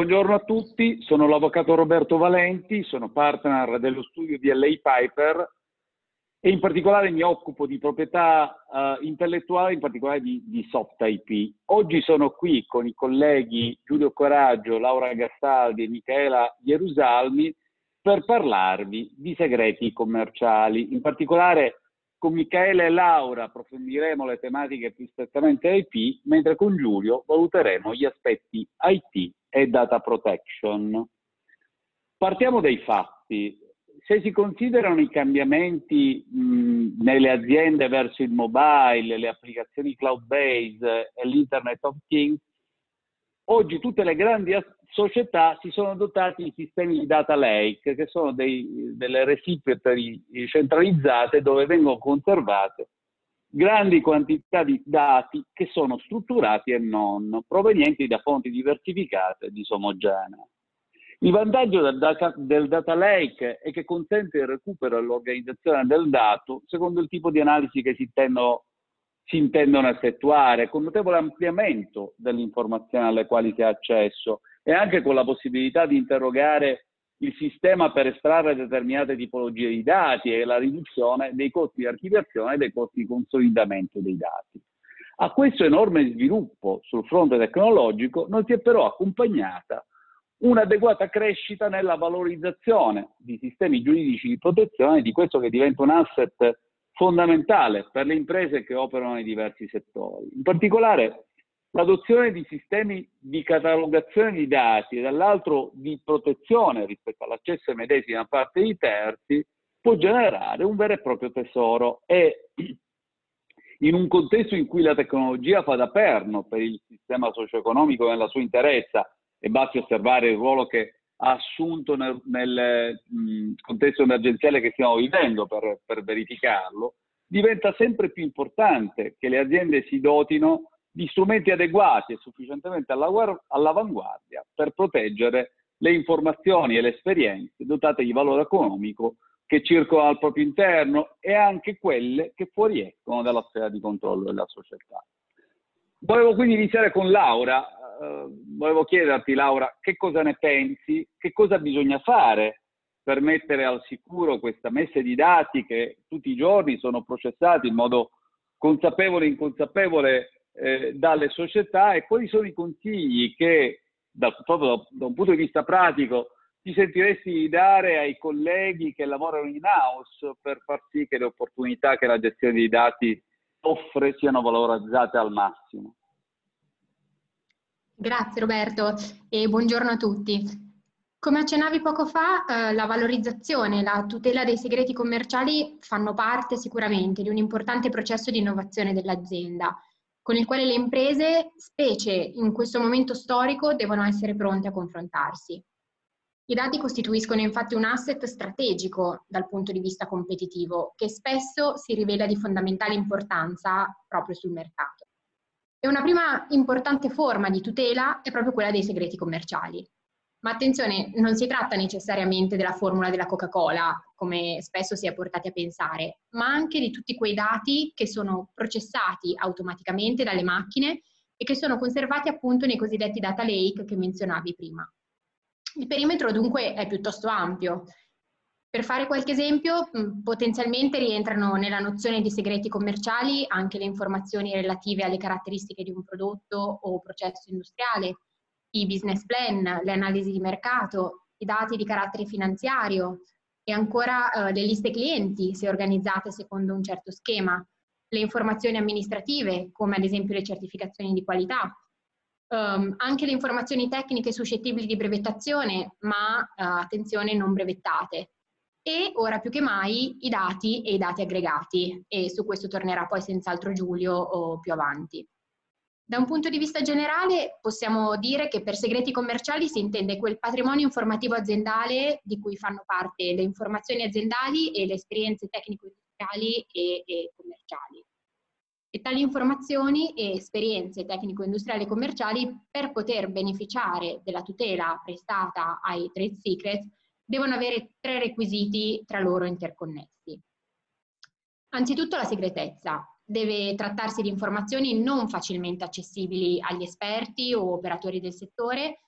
Buongiorno a tutti, sono l'avvocato Roberto Valenti, sono partner dello studio di LA Piper e in particolare mi occupo di proprietà intellettuale, in particolare di soft IP. Oggi sono qui con i colleghi Giulio Coraggio, Laura Gastaldi e Michaela Ierusalmi per parlarvi di segreti commerciali. In particolare con Michaela e Laura approfondiremo le tematiche più strettamente IP, mentre con Giulio valuteremo gli aspetti IT e data protection. Partiamo dai fatti. Se si considerano i cambiamenti nelle aziende verso il mobile, le applicazioni cloud-based e l'Internet of Things, oggi tutte le grandi società si sono dotati di sistemi di data lake, che sono delle repository centralizzate dove vengono conservate grandi quantità di dati che sono strutturati e non, provenienti da fonti diversificate e disomogenee. Il vantaggio del data lake è che consente il recupero e l'organizzazione del dato secondo il tipo di analisi che si intendono effettuare, con notevole ampliamento delle informazioni alle quali si ha accesso e anche con la possibilità di interrogare il sistema per estrarre determinate tipologie di dati e la riduzione dei costi di archiviazione e dei costi di consolidamento dei dati. A questo enorme sviluppo sul fronte tecnologico non si è però accompagnata un'adeguata crescita nella valorizzazione di sistemi giuridici di protezione di questo che diventa un asset fondamentale per le imprese che operano nei diversi settori. In particolare, l'adozione di sistemi di catalogazione di dati e dall'altro di protezione rispetto all'accesso ai medesimi da parte di terzi può generare un vero e proprio tesoro e in un contesto in cui la tecnologia fa da perno per il sistema socio-economico nella sua interezza, e basti osservare il ruolo che ha assunto nel contesto emergenziale che stiamo vivendo per verificarlo, diventa sempre più importante che le aziende si dotino di strumenti adeguati e sufficientemente all'avanguardia per proteggere le informazioni e le esperienze dotate di valore economico che circolano al proprio interno e anche quelle che fuoriescono dalla sfera di controllo della società. Volevo quindi iniziare con Laura. Volevo chiederti, Laura, che cosa ne pensi? Che cosa bisogna fare per mettere al sicuro questa messe di dati che tutti i giorni sono processati in modo consapevole e inconsapevole dalle società, e quali sono i consigli che proprio da un punto di vista pratico ti sentiresti di dare ai colleghi che lavorano in house per far sì che le opportunità che la gestione dei dati offre siano valorizzate al massimo? Grazie Roberto e buongiorno a tutti. Come accennavi poco fa, la valorizzazione e la tutela dei segreti commerciali fanno parte sicuramente di un importante processo di innovazione dell'azienda, con il quale le imprese, specie in questo momento storico, devono essere pronte a confrontarsi. I dati costituiscono infatti un asset strategico dal punto di vista competitivo, che spesso si rivela di fondamentale importanza proprio sul mercato. E una prima importante forma di tutela è proprio quella dei segreti commerciali. Ma attenzione, non si tratta necessariamente della formula della Coca-Cola, come spesso si è portati a pensare, ma anche di tutti quei dati che sono processati automaticamente dalle macchine e che sono conservati appunto nei cosiddetti data lake che menzionavi prima. Il perimetro dunque è piuttosto ampio. Per fare qualche esempio, potenzialmente rientrano nella nozione di segreti commerciali anche le informazioni relative alle caratteristiche di un prodotto o processo industriale, i business plan, le analisi di mercato, i dati di carattere finanziario e ancora le liste clienti se organizzate secondo un certo schema, le informazioni amministrative come ad esempio le certificazioni di qualità, anche le informazioni tecniche suscettibili di brevettazione ma attenzione non brevettate. E ora più che mai i dati e i dati aggregati, e su questo tornerà poi senz'altro Giulio o più avanti. Da un punto di vista generale possiamo dire che per segreti commerciali si intende quel patrimonio informativo aziendale di cui fanno parte le informazioni aziendali e le esperienze tecnico-industriali e commerciali. E tali informazioni e esperienze tecnico-industriali e commerciali, per poter beneficiare della tutela prestata ai trade secrets, devono avere 3 requisiti tra loro interconnessi. Anzitutto la segretezza. Deve trattarsi di informazioni non facilmente accessibili agli esperti o operatori del settore,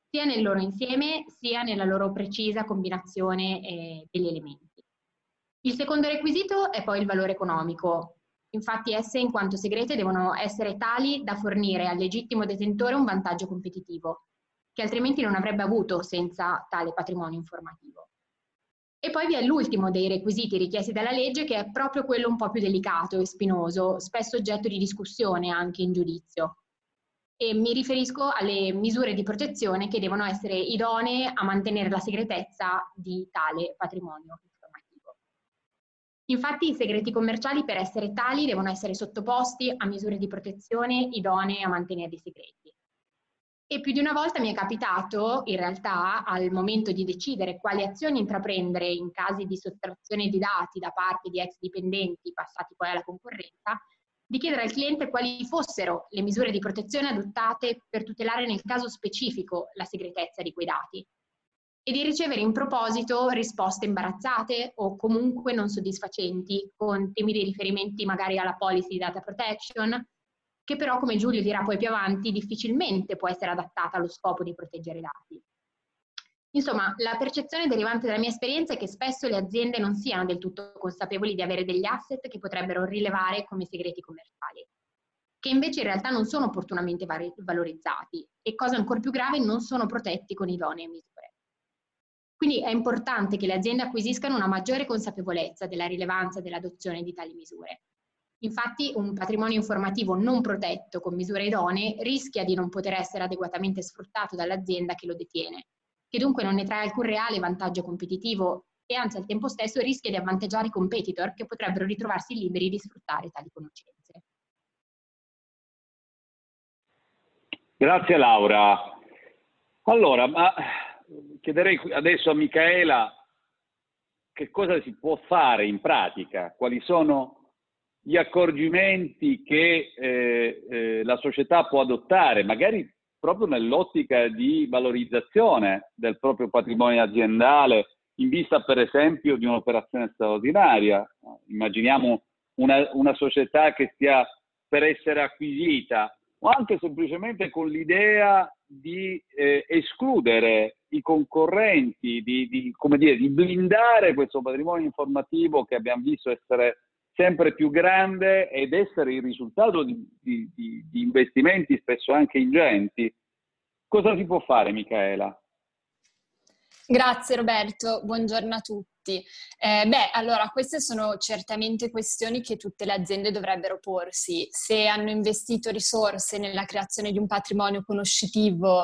sia nel loro insieme sia nella loro precisa combinazione degli elementi. Il secondo requisito è poi il valore economico. Infatti esse, in quanto segrete, devono essere tali da fornire al legittimo detentore un vantaggio competitivo, che altrimenti non avrebbe avuto senza tale patrimonio informativo. E poi vi è l'ultimo dei requisiti richiesti dalla legge, che è proprio quello un po' più delicato e spinoso, spesso oggetto di discussione anche in giudizio. E mi riferisco alle misure di protezione che devono essere idonee a mantenere la segretezza di tale patrimonio informativo. Infatti i segreti commerciali, per essere tali, devono essere sottoposti a misure di protezione idonee a mantenerli segreti. E più di una volta mi è capitato, in realtà, al momento di decidere quali azioni intraprendere in casi di sottrazione di dati da parte di ex dipendenti passati poi alla concorrenza, di chiedere al cliente quali fossero le misure di protezione adottate per tutelare nel caso specifico la segretezza di quei dati e di ricevere in proposito risposte imbarazzate o comunque non soddisfacenti, con timidi riferimenti magari alla policy di data protection, che però, come Giulio dirà poi più avanti, difficilmente può essere adattata allo scopo di proteggere i dati. Insomma, la percezione derivante dalla mia esperienza è che spesso le aziende non siano del tutto consapevoli di avere degli asset che potrebbero rilevare come segreti commerciali, che invece in realtà non sono opportunamente valorizzati e, cosa ancora più grave, non sono protetti con idonee misure. Quindi è importante che le aziende acquisiscano una maggiore consapevolezza della rilevanza dell'adozione di tali misure. Infatti un patrimonio informativo non protetto con misure idonee rischia di non poter essere adeguatamente sfruttato dall'azienda che lo detiene, che dunque non ne trae alcun reale vantaggio competitivo e anzi al tempo stesso rischia di avvantaggiare i competitor che potrebbero ritrovarsi liberi di sfruttare tali conoscenze. Grazie Laura. Allora, chiederei adesso a Micaela che cosa si può fare in pratica, quali sono gli accorgimenti che la società può adottare, magari proprio nell'ottica di valorizzazione del proprio patrimonio aziendale, in vista per esempio di un'operazione straordinaria. Immaginiamo una società che stia per essere acquisita, o anche semplicemente con l'idea di escludere i concorrenti, come dire, di blindare questo patrimonio informativo che abbiamo visto essere sempre più grande ed essere il risultato di investimenti spesso anche ingenti. Cosa si può fare, Micaela? Grazie Roberto, buongiorno a tutti. Allora, queste sono certamente questioni che tutte le aziende dovrebbero porsi. Se hanno investito risorse nella creazione di un patrimonio conoscitivo,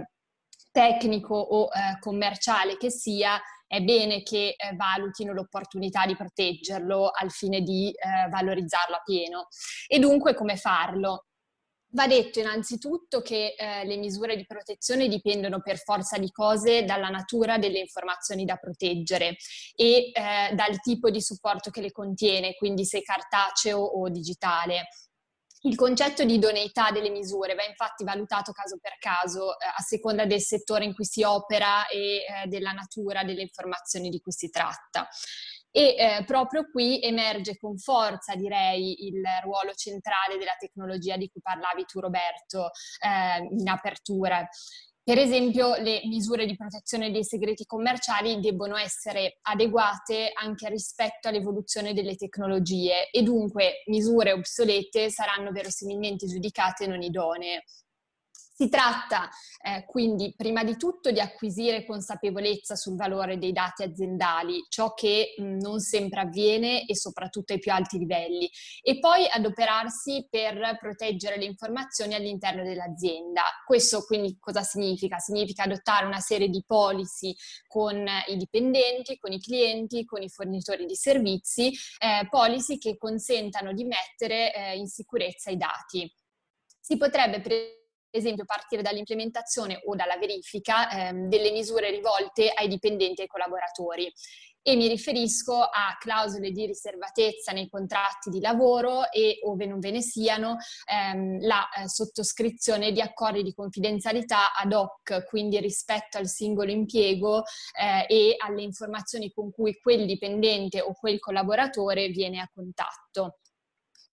tecnico o commerciale che sia, è bene che valutino l'opportunità di proteggerlo al fine di valorizzarlo a pieno. E dunque come farlo? Va detto innanzitutto che le misure di protezione dipendono per forza di cose dalla natura delle informazioni da proteggere e dal tipo di supporto che le contiene, quindi se cartaceo o digitale. Il concetto di idoneità delle misure va infatti valutato caso per caso a seconda del settore in cui si opera e della natura delle informazioni di cui si tratta. E proprio qui emerge con forza, direi, il ruolo centrale della tecnologia di cui parlavi tu, Roberto, in apertura. Per esempio, le misure di protezione dei segreti commerciali debbono essere adeguate anche rispetto all'evoluzione delle tecnologie e dunque misure obsolete saranno verosimilmente giudicate non idonee. Si tratta quindi prima di tutto di acquisire consapevolezza sul valore dei dati aziendali, ciò che non sempre avviene e soprattutto ai più alti livelli, e poi adoperarsi per proteggere le informazioni all'interno dell'azienda. Questo quindi cosa significa? Significa adottare una serie di policy con i dipendenti, con i clienti, con i fornitori di servizi, policy che consentano di mettere in sicurezza i dati. Si potrebbe per esempio partire dall'implementazione o dalla verifica delle misure rivolte ai dipendenti e ai collaboratori. E mi riferisco a clausole di riservatezza nei contratti di lavoro e, ove non ve ne siano, la sottoscrizione di accordi di confidenzialità ad hoc, quindi rispetto al singolo impiego e alle informazioni con cui quel dipendente o quel collaboratore viene a contatto.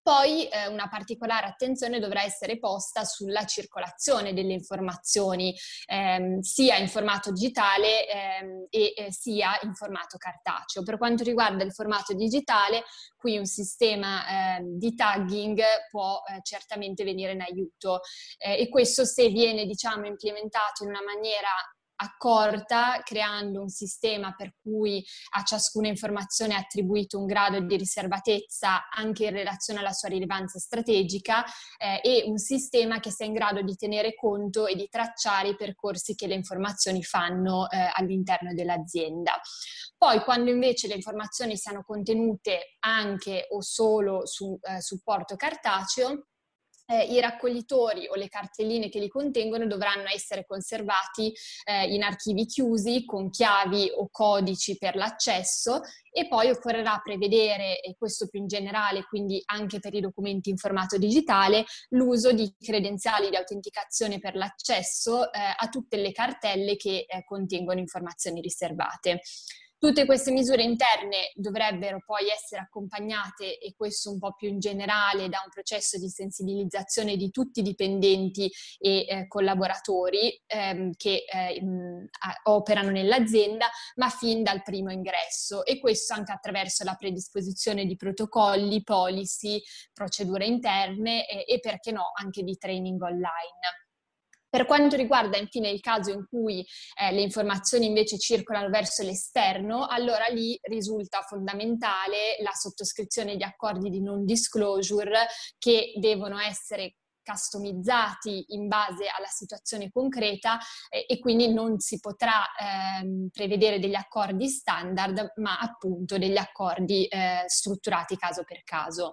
Poi una particolare attenzione dovrà essere posta sulla circolazione delle informazioni, sia in formato digitale sia in formato cartaceo. Per quanto riguarda il formato digitale, qui un sistema di tagging può certamente venire in aiuto, e questo se viene, diciamo, implementato in una maniera accorta, creando un sistema per cui a ciascuna informazione è attribuito un grado di riservatezza anche in relazione alla sua rilevanza strategica, e un sistema che sia in grado di tenere conto e di tracciare i percorsi che le informazioni fanno all'interno dell'azienda. Poi, quando invece le informazioni siano contenute anche o solo su supporto cartaceo, i raccoglitori o le cartelline che li contengono dovranno essere conservati in archivi chiusi con chiavi o codici per l'accesso, e poi occorrerà prevedere, e questo più in generale, quindi anche per i documenti in formato digitale, l'uso di credenziali di autenticazione per l'accesso a tutte le cartelle che contengono informazioni riservate. Tutte queste misure interne dovrebbero poi essere accompagnate, e questo un po' più in generale, da un processo di sensibilizzazione di tutti i dipendenti e collaboratori che operano nell'azienda, ma fin dal primo ingresso, e questo anche attraverso la predisposizione di protocolli, policy, procedure interne e perché no, anche di training online. Per quanto riguarda infine il caso in cui le informazioni invece circolano verso l'esterno, allora lì risulta fondamentale la sottoscrizione di accordi di non disclosure che devono essere customizzati in base alla situazione concreta, e quindi non si potrà prevedere degli accordi standard, ma appunto degli accordi strutturati caso per caso.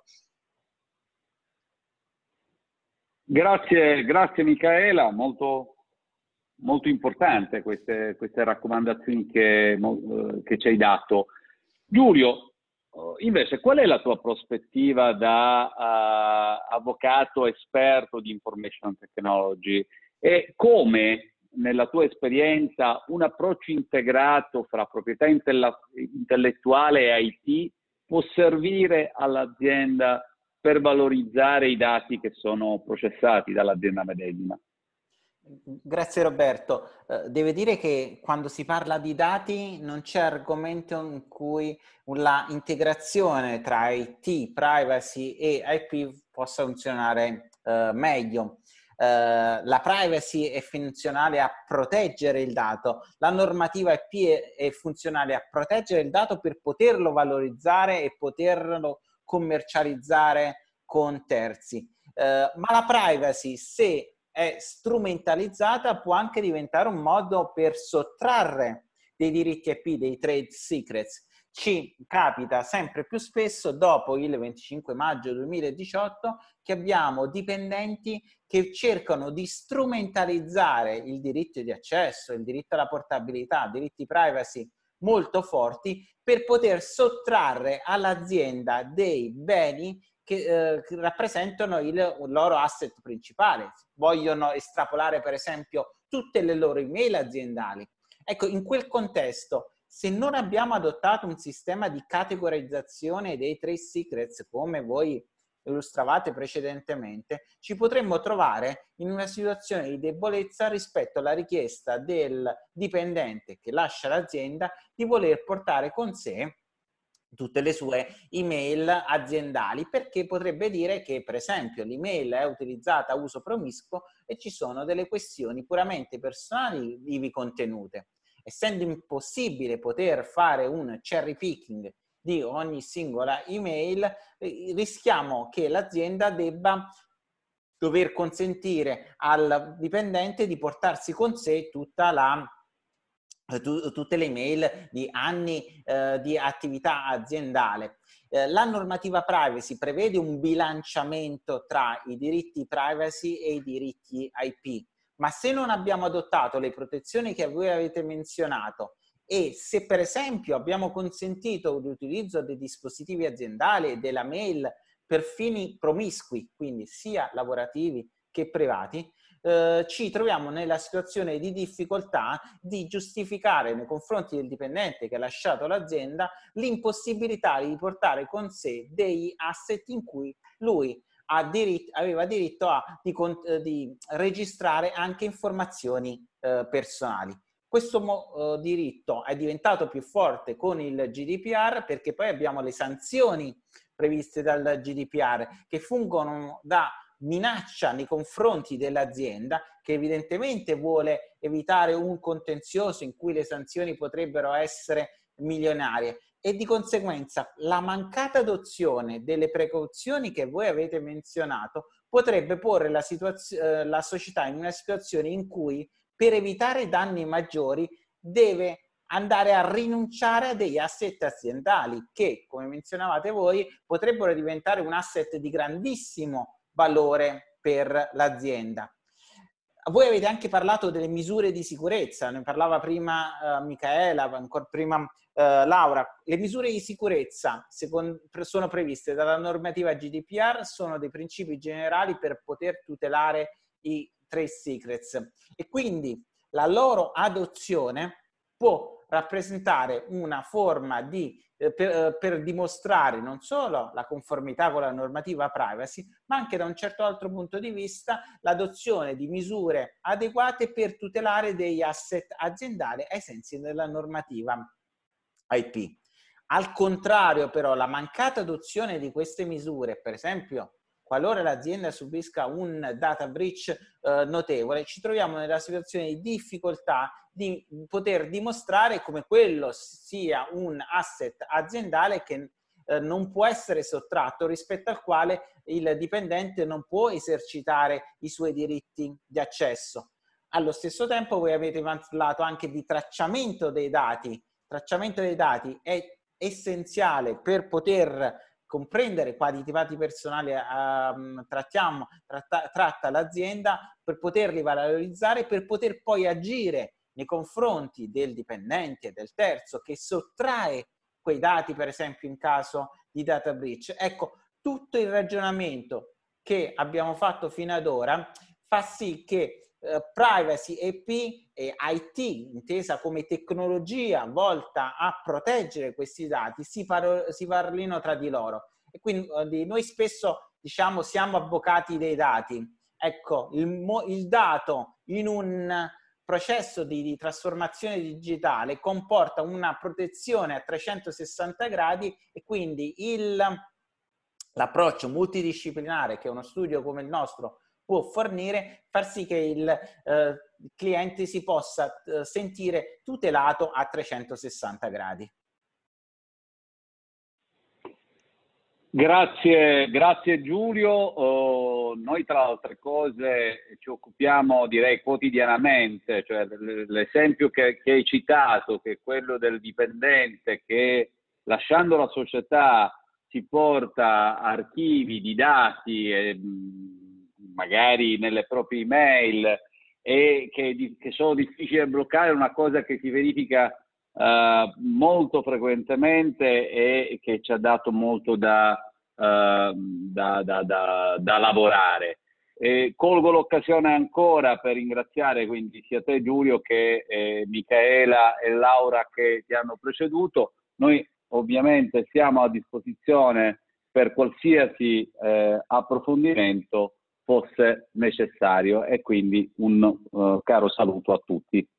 Grazie Micaela, molto importante queste raccomandazioni che ci hai dato. Giulio, invece, qual è la tua prospettiva da avvocato esperto di information technology, e come, nella tua esperienza, un approccio integrato fra proprietà intellettuale e IT può servire all'azienda per valorizzare i dati che sono processati dall'azienda medesima? Grazie Roberto. Devo dire che quando si parla di dati non c'è argomento in cui la integrazione tra IT, privacy e IP possa funzionare meglio. La privacy è funzionale a proteggere il dato, la normativa IP è funzionale a proteggere il dato per poterlo valorizzare e poterlo commercializzare con terzi. Ma la privacy, se è strumentalizzata, può anche diventare un modo per sottrarre dei diritti IP, dei trade secrets. Ci capita sempre più spesso, dopo il 25 maggio 2018, che abbiamo dipendenti che cercano di strumentalizzare il diritto di accesso, il diritto alla portabilità, diritti privacy molto forti, per poter sottrarre all'azienda dei beni che rappresentano il loro asset principale. Vogliono estrapolare, per esempio, tutte le loro email aziendali. Ecco, in quel contesto, se non abbiamo adottato un sistema di categorizzazione dei trade secrets, come voi illustravate precedentemente, ci potremmo trovare in una situazione di debolezza rispetto alla richiesta del dipendente che lascia l'azienda di voler portare con sé tutte le sue email aziendali, perché potrebbe dire che, per esempio, l'email è utilizzata a uso promiscuo e ci sono delle questioni puramente personali ivi contenute. Essendo impossibile poter fare un cherry picking di ogni singola email, rischiamo che l'azienda debba dover consentire al dipendente di portarsi con sé tutte le email di anni di attività aziendale. La normativa privacy prevede un bilanciamento tra i diritti privacy e i diritti IP, ma se non abbiamo adottato le protezioni che voi avete menzionato, e se per esempio abbiamo consentito l'utilizzo dei dispositivi aziendali e della mail per fini promiscui, quindi sia lavorativi che privati, ci troviamo nella situazione di difficoltà di giustificare nei confronti del dipendente che ha lasciato l'azienda l'impossibilità di portare con sé degli asset in cui lui aveva diritto di registrare anche informazioni personali. Questo diritto è diventato più forte con il GDPR, perché poi abbiamo le sanzioni previste dal GDPR che fungono da minaccia nei confronti dell'azienda, che evidentemente vuole evitare un contenzioso in cui le sanzioni potrebbero essere milionarie, e di conseguenza la mancata adozione delle precauzioni che voi avete menzionato potrebbe porre la società in una situazione in cui, per evitare danni maggiori, deve andare a rinunciare a degli asset aziendali che, come menzionavate voi, potrebbero diventare un asset di grandissimo valore per l'azienda. Voi avete anche parlato delle misure di sicurezza, ne parlava prima Micaela, ancora prima Laura. Le misure di sicurezza sono previste dalla normativa GDPR, sono dei principi generali per poter tutelare i trade secrets, e quindi la loro adozione può rappresentare una forma di per dimostrare non solo la conformità con la normativa privacy, ma anche da un certo altro punto di vista l'adozione di misure adeguate per tutelare degli asset aziendali ai sensi della normativa IP. Al contrario, però, la mancata adozione di queste misure, per esempio, qualora l'azienda subisca un data breach notevole, ci troviamo nella situazione di difficoltà di poter dimostrare come quello sia un asset aziendale che non può essere sottratto, rispetto al quale il dipendente non può esercitare i suoi diritti di accesso. Allo stesso tempo voi avete parlato anche di tracciamento dei dati. Tracciamento dei dati è essenziale per poter comprendere quali dati personali tratta l'azienda, per poterli valorizzare, per poter poi agire nei confronti del dipendente, del terzo che sottrae quei dati, per esempio in caso di data breach. Ecco, tutto il ragionamento che abbiamo fatto fino ad ora fa sì che privacy EP e IT, intesa come tecnologia volta a proteggere questi dati, si parlino tra di loro. E quindi noi spesso diciamo siamo avvocati dei dati. Ecco, il dato in un processo di trasformazione digitale comporta una protezione a 360 gradi, e quindi l'approccio multidisciplinare che uno studio come il nostro può fornire, far sì che il cliente si possa sentire tutelato a 360 gradi. Grazie Giulio. Noi tra le altre cose ci occupiamo, direi, quotidianamente, cioè l'esempio che hai citato, che è quello del dipendente che lasciando la società si porta archivi di dati, magari nelle proprie email, e che sono difficili da bloccare, è una cosa che si verifica molto frequentemente e che ci ha dato molto da lavorare. Colgo l'occasione ancora per ringraziare quindi sia te Giulio che Micaela e Laura che ti hanno preceduto. Noi ovviamente siamo a disposizione per qualsiasi approfondimento fosse necessario, e quindi un caro saluto a tutti.